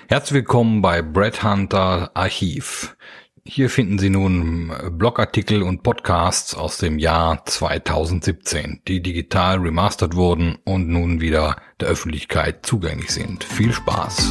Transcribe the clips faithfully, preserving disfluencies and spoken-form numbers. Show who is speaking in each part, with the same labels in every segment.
Speaker 1: Herzlich willkommen bei Brett Hunter Archiv. Hier finden Sie nun Blogartikel und Podcasts aus dem Jahr zweitausendsiebzehn, die digital remastert wurden und nun wieder der Öffentlichkeit zugänglich sind. Viel Spaß!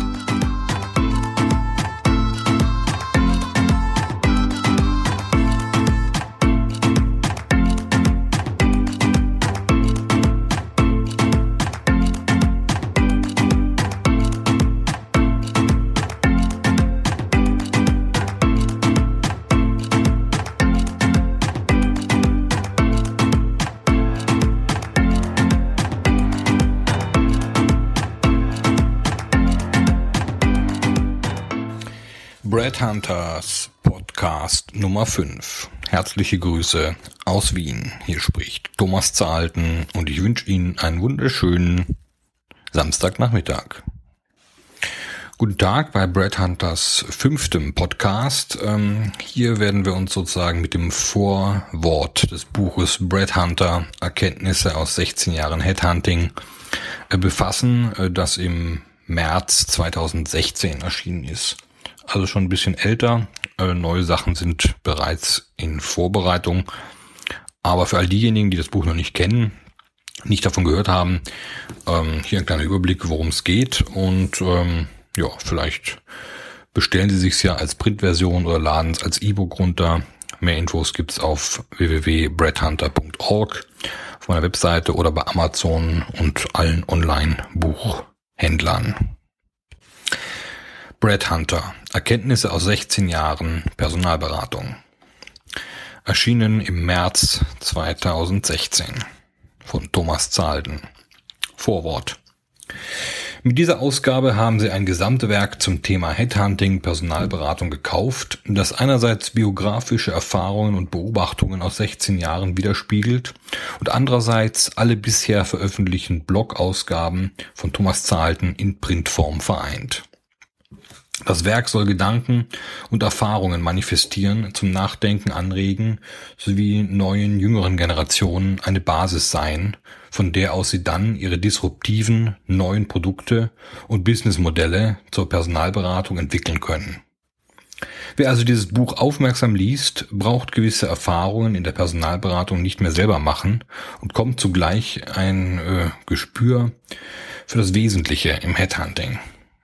Speaker 1: Brett Hunters Podcast Nummer fünf. Herzliche Grüße aus Wien. Hier spricht Thomas Zahlten und ich wünsche Ihnen einen wunderschönen Samstagnachmittag. Guten Tag bei Brett Hunters fünftem Podcast. Ähm, hier werden wir uns sozusagen mit dem Vorwort des Buches Brett Hunter, Erkenntnisse aus sechzehn Jahren Headhunting äh, befassen, äh, das im März zweitausendsechzehn erschienen ist. Also schon ein bisschen älter, äh, neue Sachen sind bereits in Vorbereitung. Aber für all diejenigen, die das Buch noch nicht kennen, nicht davon gehört haben, ähm, hier ein kleiner Überblick, worum es geht. Und ähm, ja, vielleicht bestellen Sie sich's ja als Printversion oder laden es als E-Book runter. Mehr Infos gibt's auf w w w punkt brett hunter punkt org auf meiner Webseite oder bei Amazon und allen Online-Buchhändlern. Brett Hunter. Erkenntnisse aus sechzehn Jahren Personalberatung. Erschienen im März zweitausendsechzehn von Thomas Zahlten. Vorwort. Mit dieser Ausgabe haben Sie ein Gesamtwerk zum Thema Headhunting, Personalberatung gekauft, das einerseits biografische Erfahrungen und Beobachtungen aus sechzehn Jahren widerspiegelt und andererseits alle bisher veröffentlichten Blogausgaben von Thomas Zahlten in Printform vereint. Das Werk soll Gedanken und Erfahrungen manifestieren, zum Nachdenken anregen, sowie neuen, jüngeren Generationen eine Basis sein, von der aus sie dann ihre disruptiven, neuen Produkte und Businessmodelle zur Personalberatung entwickeln können. Wer also dieses Buch aufmerksam liest, braucht gewisse Erfahrungen in der Personalberatung nicht mehr selber machen und kommt zugleich ein äh, Gespür für das Wesentliche im Headhunting.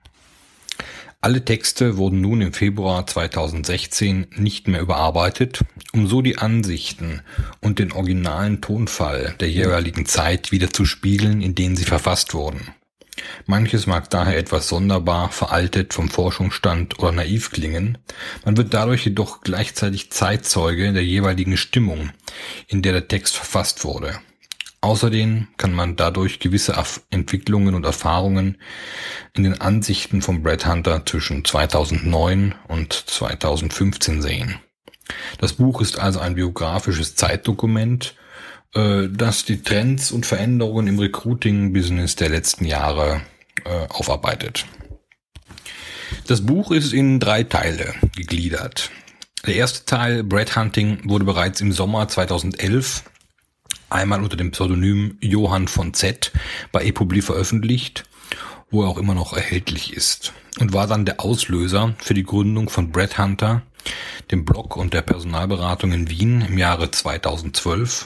Speaker 1: Alle Texte wurden nun im Februar zweitausendsechzehn nicht mehr überarbeitet, um so die Ansichten und den originalen Tonfall der jeweiligen Zeit wieder zu spiegeln, in denen sie verfasst wurden. Manches mag daher etwas sonderbar, veraltet vom Forschungsstand oder naiv klingen, man wird dadurch jedoch gleichzeitig Zeitzeuge der jeweiligen Stimmung, in der der Text verfasst wurde. Außerdem kann man dadurch gewisse Entwicklungen und Erfahrungen in den Ansichten von Brett Hunter zwischen zweitausendneun und zweitausendfünfzehn sehen. Das Buch ist also ein biografisches Zeitdokument, das die Trends und Veränderungen im Recruiting-Business der letzten Jahre aufarbeitet. Das Buch ist in drei Teile gegliedert. Der erste Teil, Brett Hunting, wurde bereits im Sommer zweitausendelf einmal unter dem Pseudonym Johann von Z bei ePubli veröffentlicht, wo er auch immer noch erhältlich ist, und war dann der Auslöser für die Gründung von Brett Hunter, dem Blog und der Personalberatung in Wien im Jahre zweitausendzwölf.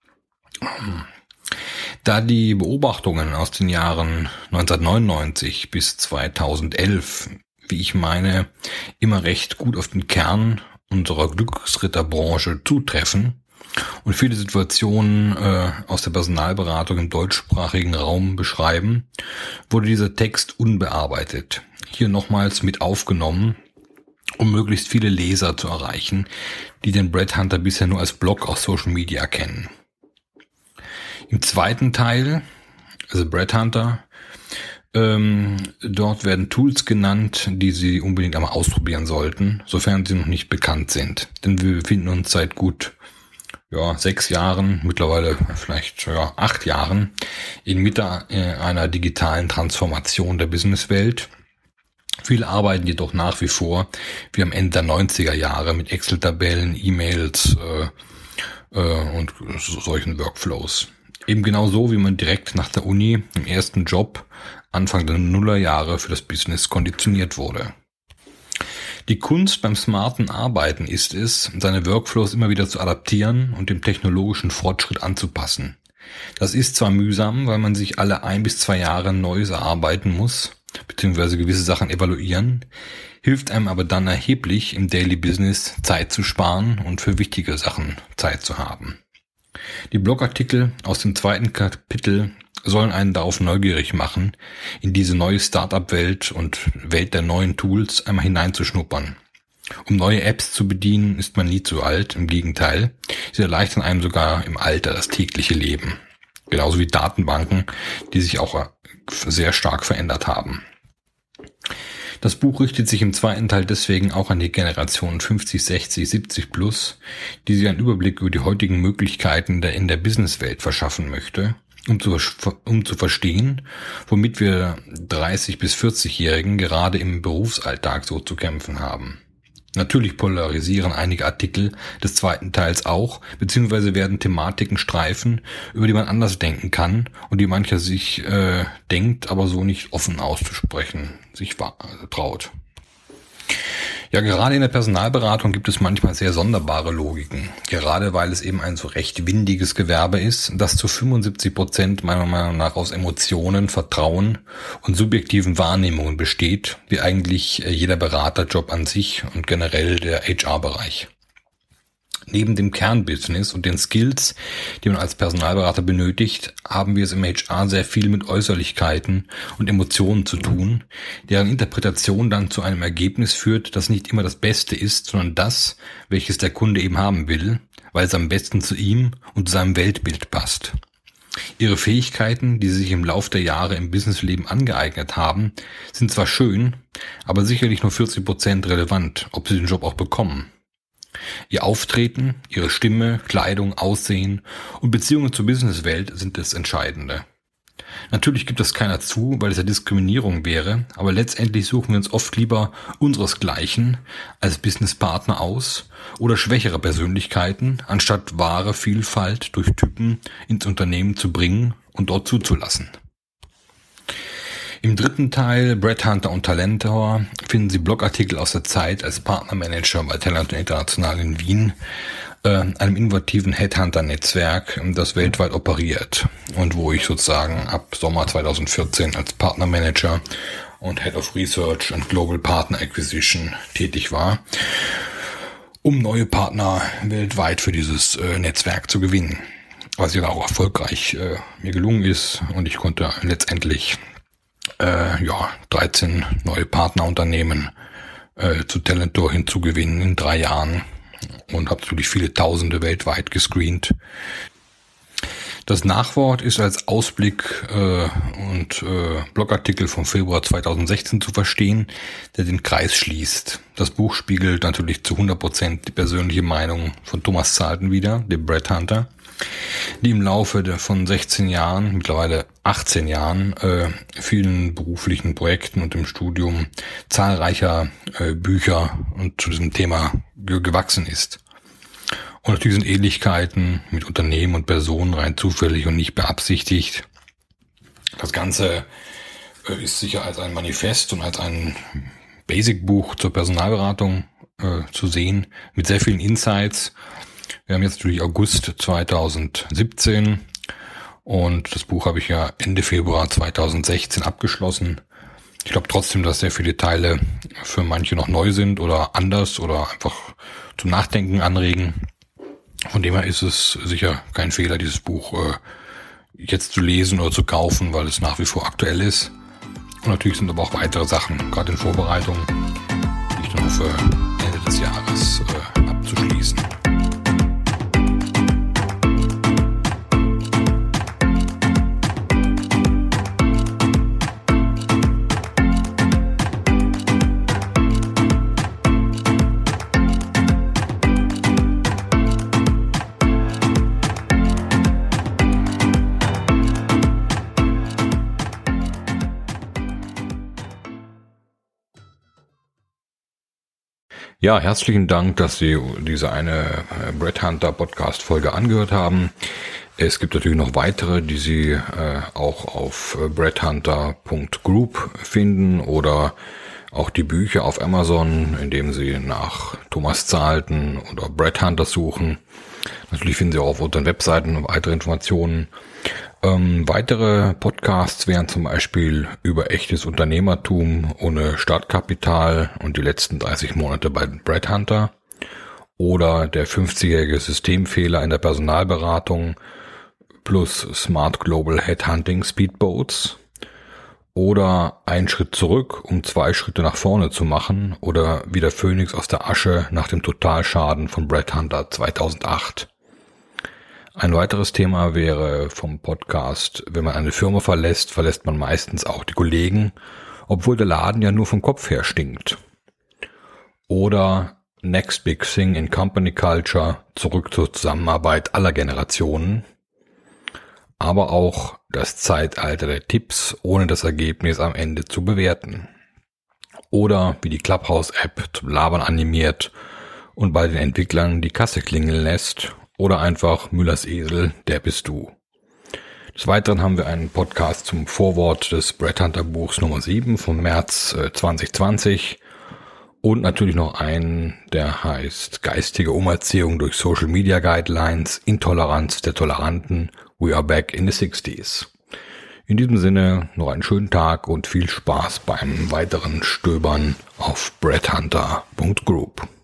Speaker 1: Da die Beobachtungen aus den Jahren neunzehnhundertneunundneunzig bis zweitausendelf, wie ich meine, immer recht gut auf den Kern unserer Glücksritterbranche zutreffen, und viele Situationen äh, aus der Personalberatung im deutschsprachigen Raum beschreiben, wurde dieser Text unbearbeitet, hier nochmals mit aufgenommen, um möglichst viele Leser zu erreichen, die den Brett Hunter bisher nur als Blog aus Social Media kennen. Im zweiten Teil, also Brett Hunter, ähm, dort werden Tools genannt, die Sie unbedingt einmal ausprobieren sollten, sofern sie noch nicht bekannt sind. Denn wir befinden uns seit gut ja, sechs Jahren, mittlerweile vielleicht ja, acht Jahren, inmitten einer digitalen Transformation der Businesswelt. Viele arbeiten jedoch nach wie vor wie am Ende der neunziger Jahre mit Excel-Tabellen, E-Mails äh, äh, und solchen Workflows. Eben genau so, wie man direkt nach der Uni im ersten Job Anfang der Nullerjahre für das Business konditioniert wurde. Die Kunst beim smarten Arbeiten ist es, seine Workflows immer wieder zu adaptieren und dem technologischen Fortschritt anzupassen. Das ist zwar mühsam, weil man sich alle ein bis zwei Jahre Neues erarbeiten muss, beziehungsweise gewisse Sachen evaluieren, hilft einem aber dann erheblich im Daily Business Zeit zu sparen und für wichtige Sachen Zeit zu haben. Die Blogartikel aus dem zweiten Kapitel sollen einen darauf neugierig machen, in diese neue Startup-Welt und Welt der neuen Tools einmal hineinzuschnuppern. Um neue Apps zu bedienen, ist man nie zu alt, im Gegenteil, sie erleichtern einem sogar im Alter das tägliche Leben. Genauso wie Datenbanken, die sich auch sehr stark verändert haben. Das Buch richtet sich im zweiten Teil deswegen auch an die Generation fünfzig, sechzig, siebzig plus, die sich einen Überblick über die heutigen Möglichkeiten in der Businesswelt verschaffen möchte, um zu, um zu verstehen, womit wir dreißig- bis vierzig-Jährigen gerade im Berufsalltag so zu kämpfen haben. Natürlich polarisieren einige Artikel des zweiten Teils auch, beziehungsweise werden Thematiken streifen, über die man anders denken kann und die mancher sich äh, denkt, aber so nicht offen auszusprechen, sich traut. Ja, gerade in der Personalberatung gibt es manchmal sehr sonderbare Logiken, gerade weil es eben ein so recht windiges Gewerbe ist, das zu fünfundsiebzig Prozent meiner Meinung nach aus Emotionen, Vertrauen und subjektiven Wahrnehmungen besteht, wie eigentlich jeder Beraterjob an sich und generell der H R-Bereich. Neben dem Kernbusiness und den Skills, die man als Personalberater benötigt, haben wir es im H R sehr viel mit Äußerlichkeiten und Emotionen zu tun, deren Interpretation dann zu einem Ergebnis führt, das nicht immer das Beste ist, sondern das, welches der Kunde eben haben will, weil es am besten zu ihm und zu seinem Weltbild passt. Ihre Fähigkeiten, die sie sich im Lauf der Jahre im Businessleben angeeignet haben, sind zwar schön, aber sicherlich nur vierzig Prozent relevant, ob sie den Job auch bekommen. Ihr Auftreten, ihre Stimme, Kleidung, Aussehen und Beziehungen zur Businesswelt sind das Entscheidende. Natürlich gibt es keiner zu, weil es ja Diskriminierung wäre, aber letztendlich suchen wir uns oft lieber unseresgleichen als Businesspartner aus oder schwächere Persönlichkeiten, anstatt wahre Vielfalt durch Typen ins Unternehmen zu bringen und dort zuzulassen. Im dritten Teil, Brett Hunter und Talentor, finden Sie Blogartikel aus der Zeit als Partnermanager bei Talentor International in Wien, äh, einem innovativen Headhunter-Netzwerk, das weltweit operiert und wo ich sozusagen ab Sommer zweitausendvierzehn als Partnermanager und Head of Research and Global Partner Acquisition tätig war, um neue Partner weltweit für dieses äh, Netzwerk zu gewinnen. Was ja auch erfolgreich äh, mir gelungen ist und ich konnte letztendlich Äh, ja, dreizehn neue Partnerunternehmen äh, zu Talentor hinzugewinnen in drei Jahren und habe natürlich viele Tausende weltweit gescreent. Das Nachwort ist als Ausblick äh, und äh, Blogartikel vom Februar zweitausendsechzehn zu verstehen, der den Kreis schließt. Das Buch spiegelt natürlich zu hundert Prozent die persönliche Meinung von Thomas Zalden wider, dem Brett Hunter, die im Laufe der von sechzehn Jahren, mittlerweile achtzehn Jahren, äh, vielen beruflichen Projekten und im Studium zahlreicher äh, Bücher und zu diesem Thema ge- gewachsen ist. Und natürlich sind Ähnlichkeiten mit Unternehmen und Personen rein zufällig und nicht beabsichtigt. Das Ganze äh, ist sicher als ein Manifest und als ein Basic-Buch zur Personalberatung äh, zu sehen, mit sehr vielen Insights. Wir haben jetzt natürlich August zweitausendsiebzehn und das Buch habe ich ja Ende Februar zweitausendsechzehn abgeschlossen. Ich glaube trotzdem, dass sehr viele Teile für manche noch neu sind oder anders oder einfach zum Nachdenken anregen. Von dem her ist es sicher kein Fehler, dieses Buch äh, jetzt zu lesen oder zu kaufen, weil es nach wie vor aktuell ist. Und natürlich sind aber auch weitere Sachen, gerade in Vorbereitung, die ich dann hoffe, Ende des Jahres äh, abzuschließen. Ja, herzlichen Dank, dass Sie diese eine Brett Hunter Podcast Folge angehört haben. Es gibt natürlich noch weitere, die Sie äh, auch auf äh, bread hunter punkt group finden oder auch die Bücher auf Amazon, indem Sie nach Thomas Zahlten oder Bread Hunter suchen. Natürlich finden Sie auch auf unseren Webseiten weitere Informationen. Ähm, weitere Podcasts wären zum Beispiel über echtes Unternehmertum ohne Startkapital und die letzten dreißig Monate bei Bread Hunter oder der fünfzigjährige Systemfehler in der Personalberatung plus Smart Global Headhunting Speedboats oder ein Schritt zurück, um zwei Schritte nach vorne zu machen oder wie der Phönix aus der Asche nach dem Totalschaden von Bread Hunter zweitausendacht. Ein weiteres Thema wäre vom Podcast, wenn man eine Firma verlässt, verlässt man meistens auch die Kollegen, obwohl der Laden ja nur vom Kopf her stinkt. Oder Next Big Thing in Company Culture, zurück zur Zusammenarbeit aller Generationen. Aber auch das Zeitalter der Tipps, ohne das Ergebnis am Ende zu bewerten. Oder wie die Clubhouse-App zum Labern animiert und bei den Entwicklern die Kasse klingeln lässt. Oder einfach Müllers Esel, der bist du. Des Weiteren haben wir einen Podcast zum Vorwort des Bread Hunter Buchs Nummer sieben vom März zwanzig zwanzig. Und natürlich noch einen, der heißt Geistige Umerziehung durch Social Media Guidelines, Intoleranz der Toleranten, We are back in the sixties. In diesem Sinne noch einen schönen Tag und viel Spaß beim weiteren Stöbern auf bread hunter punkt group.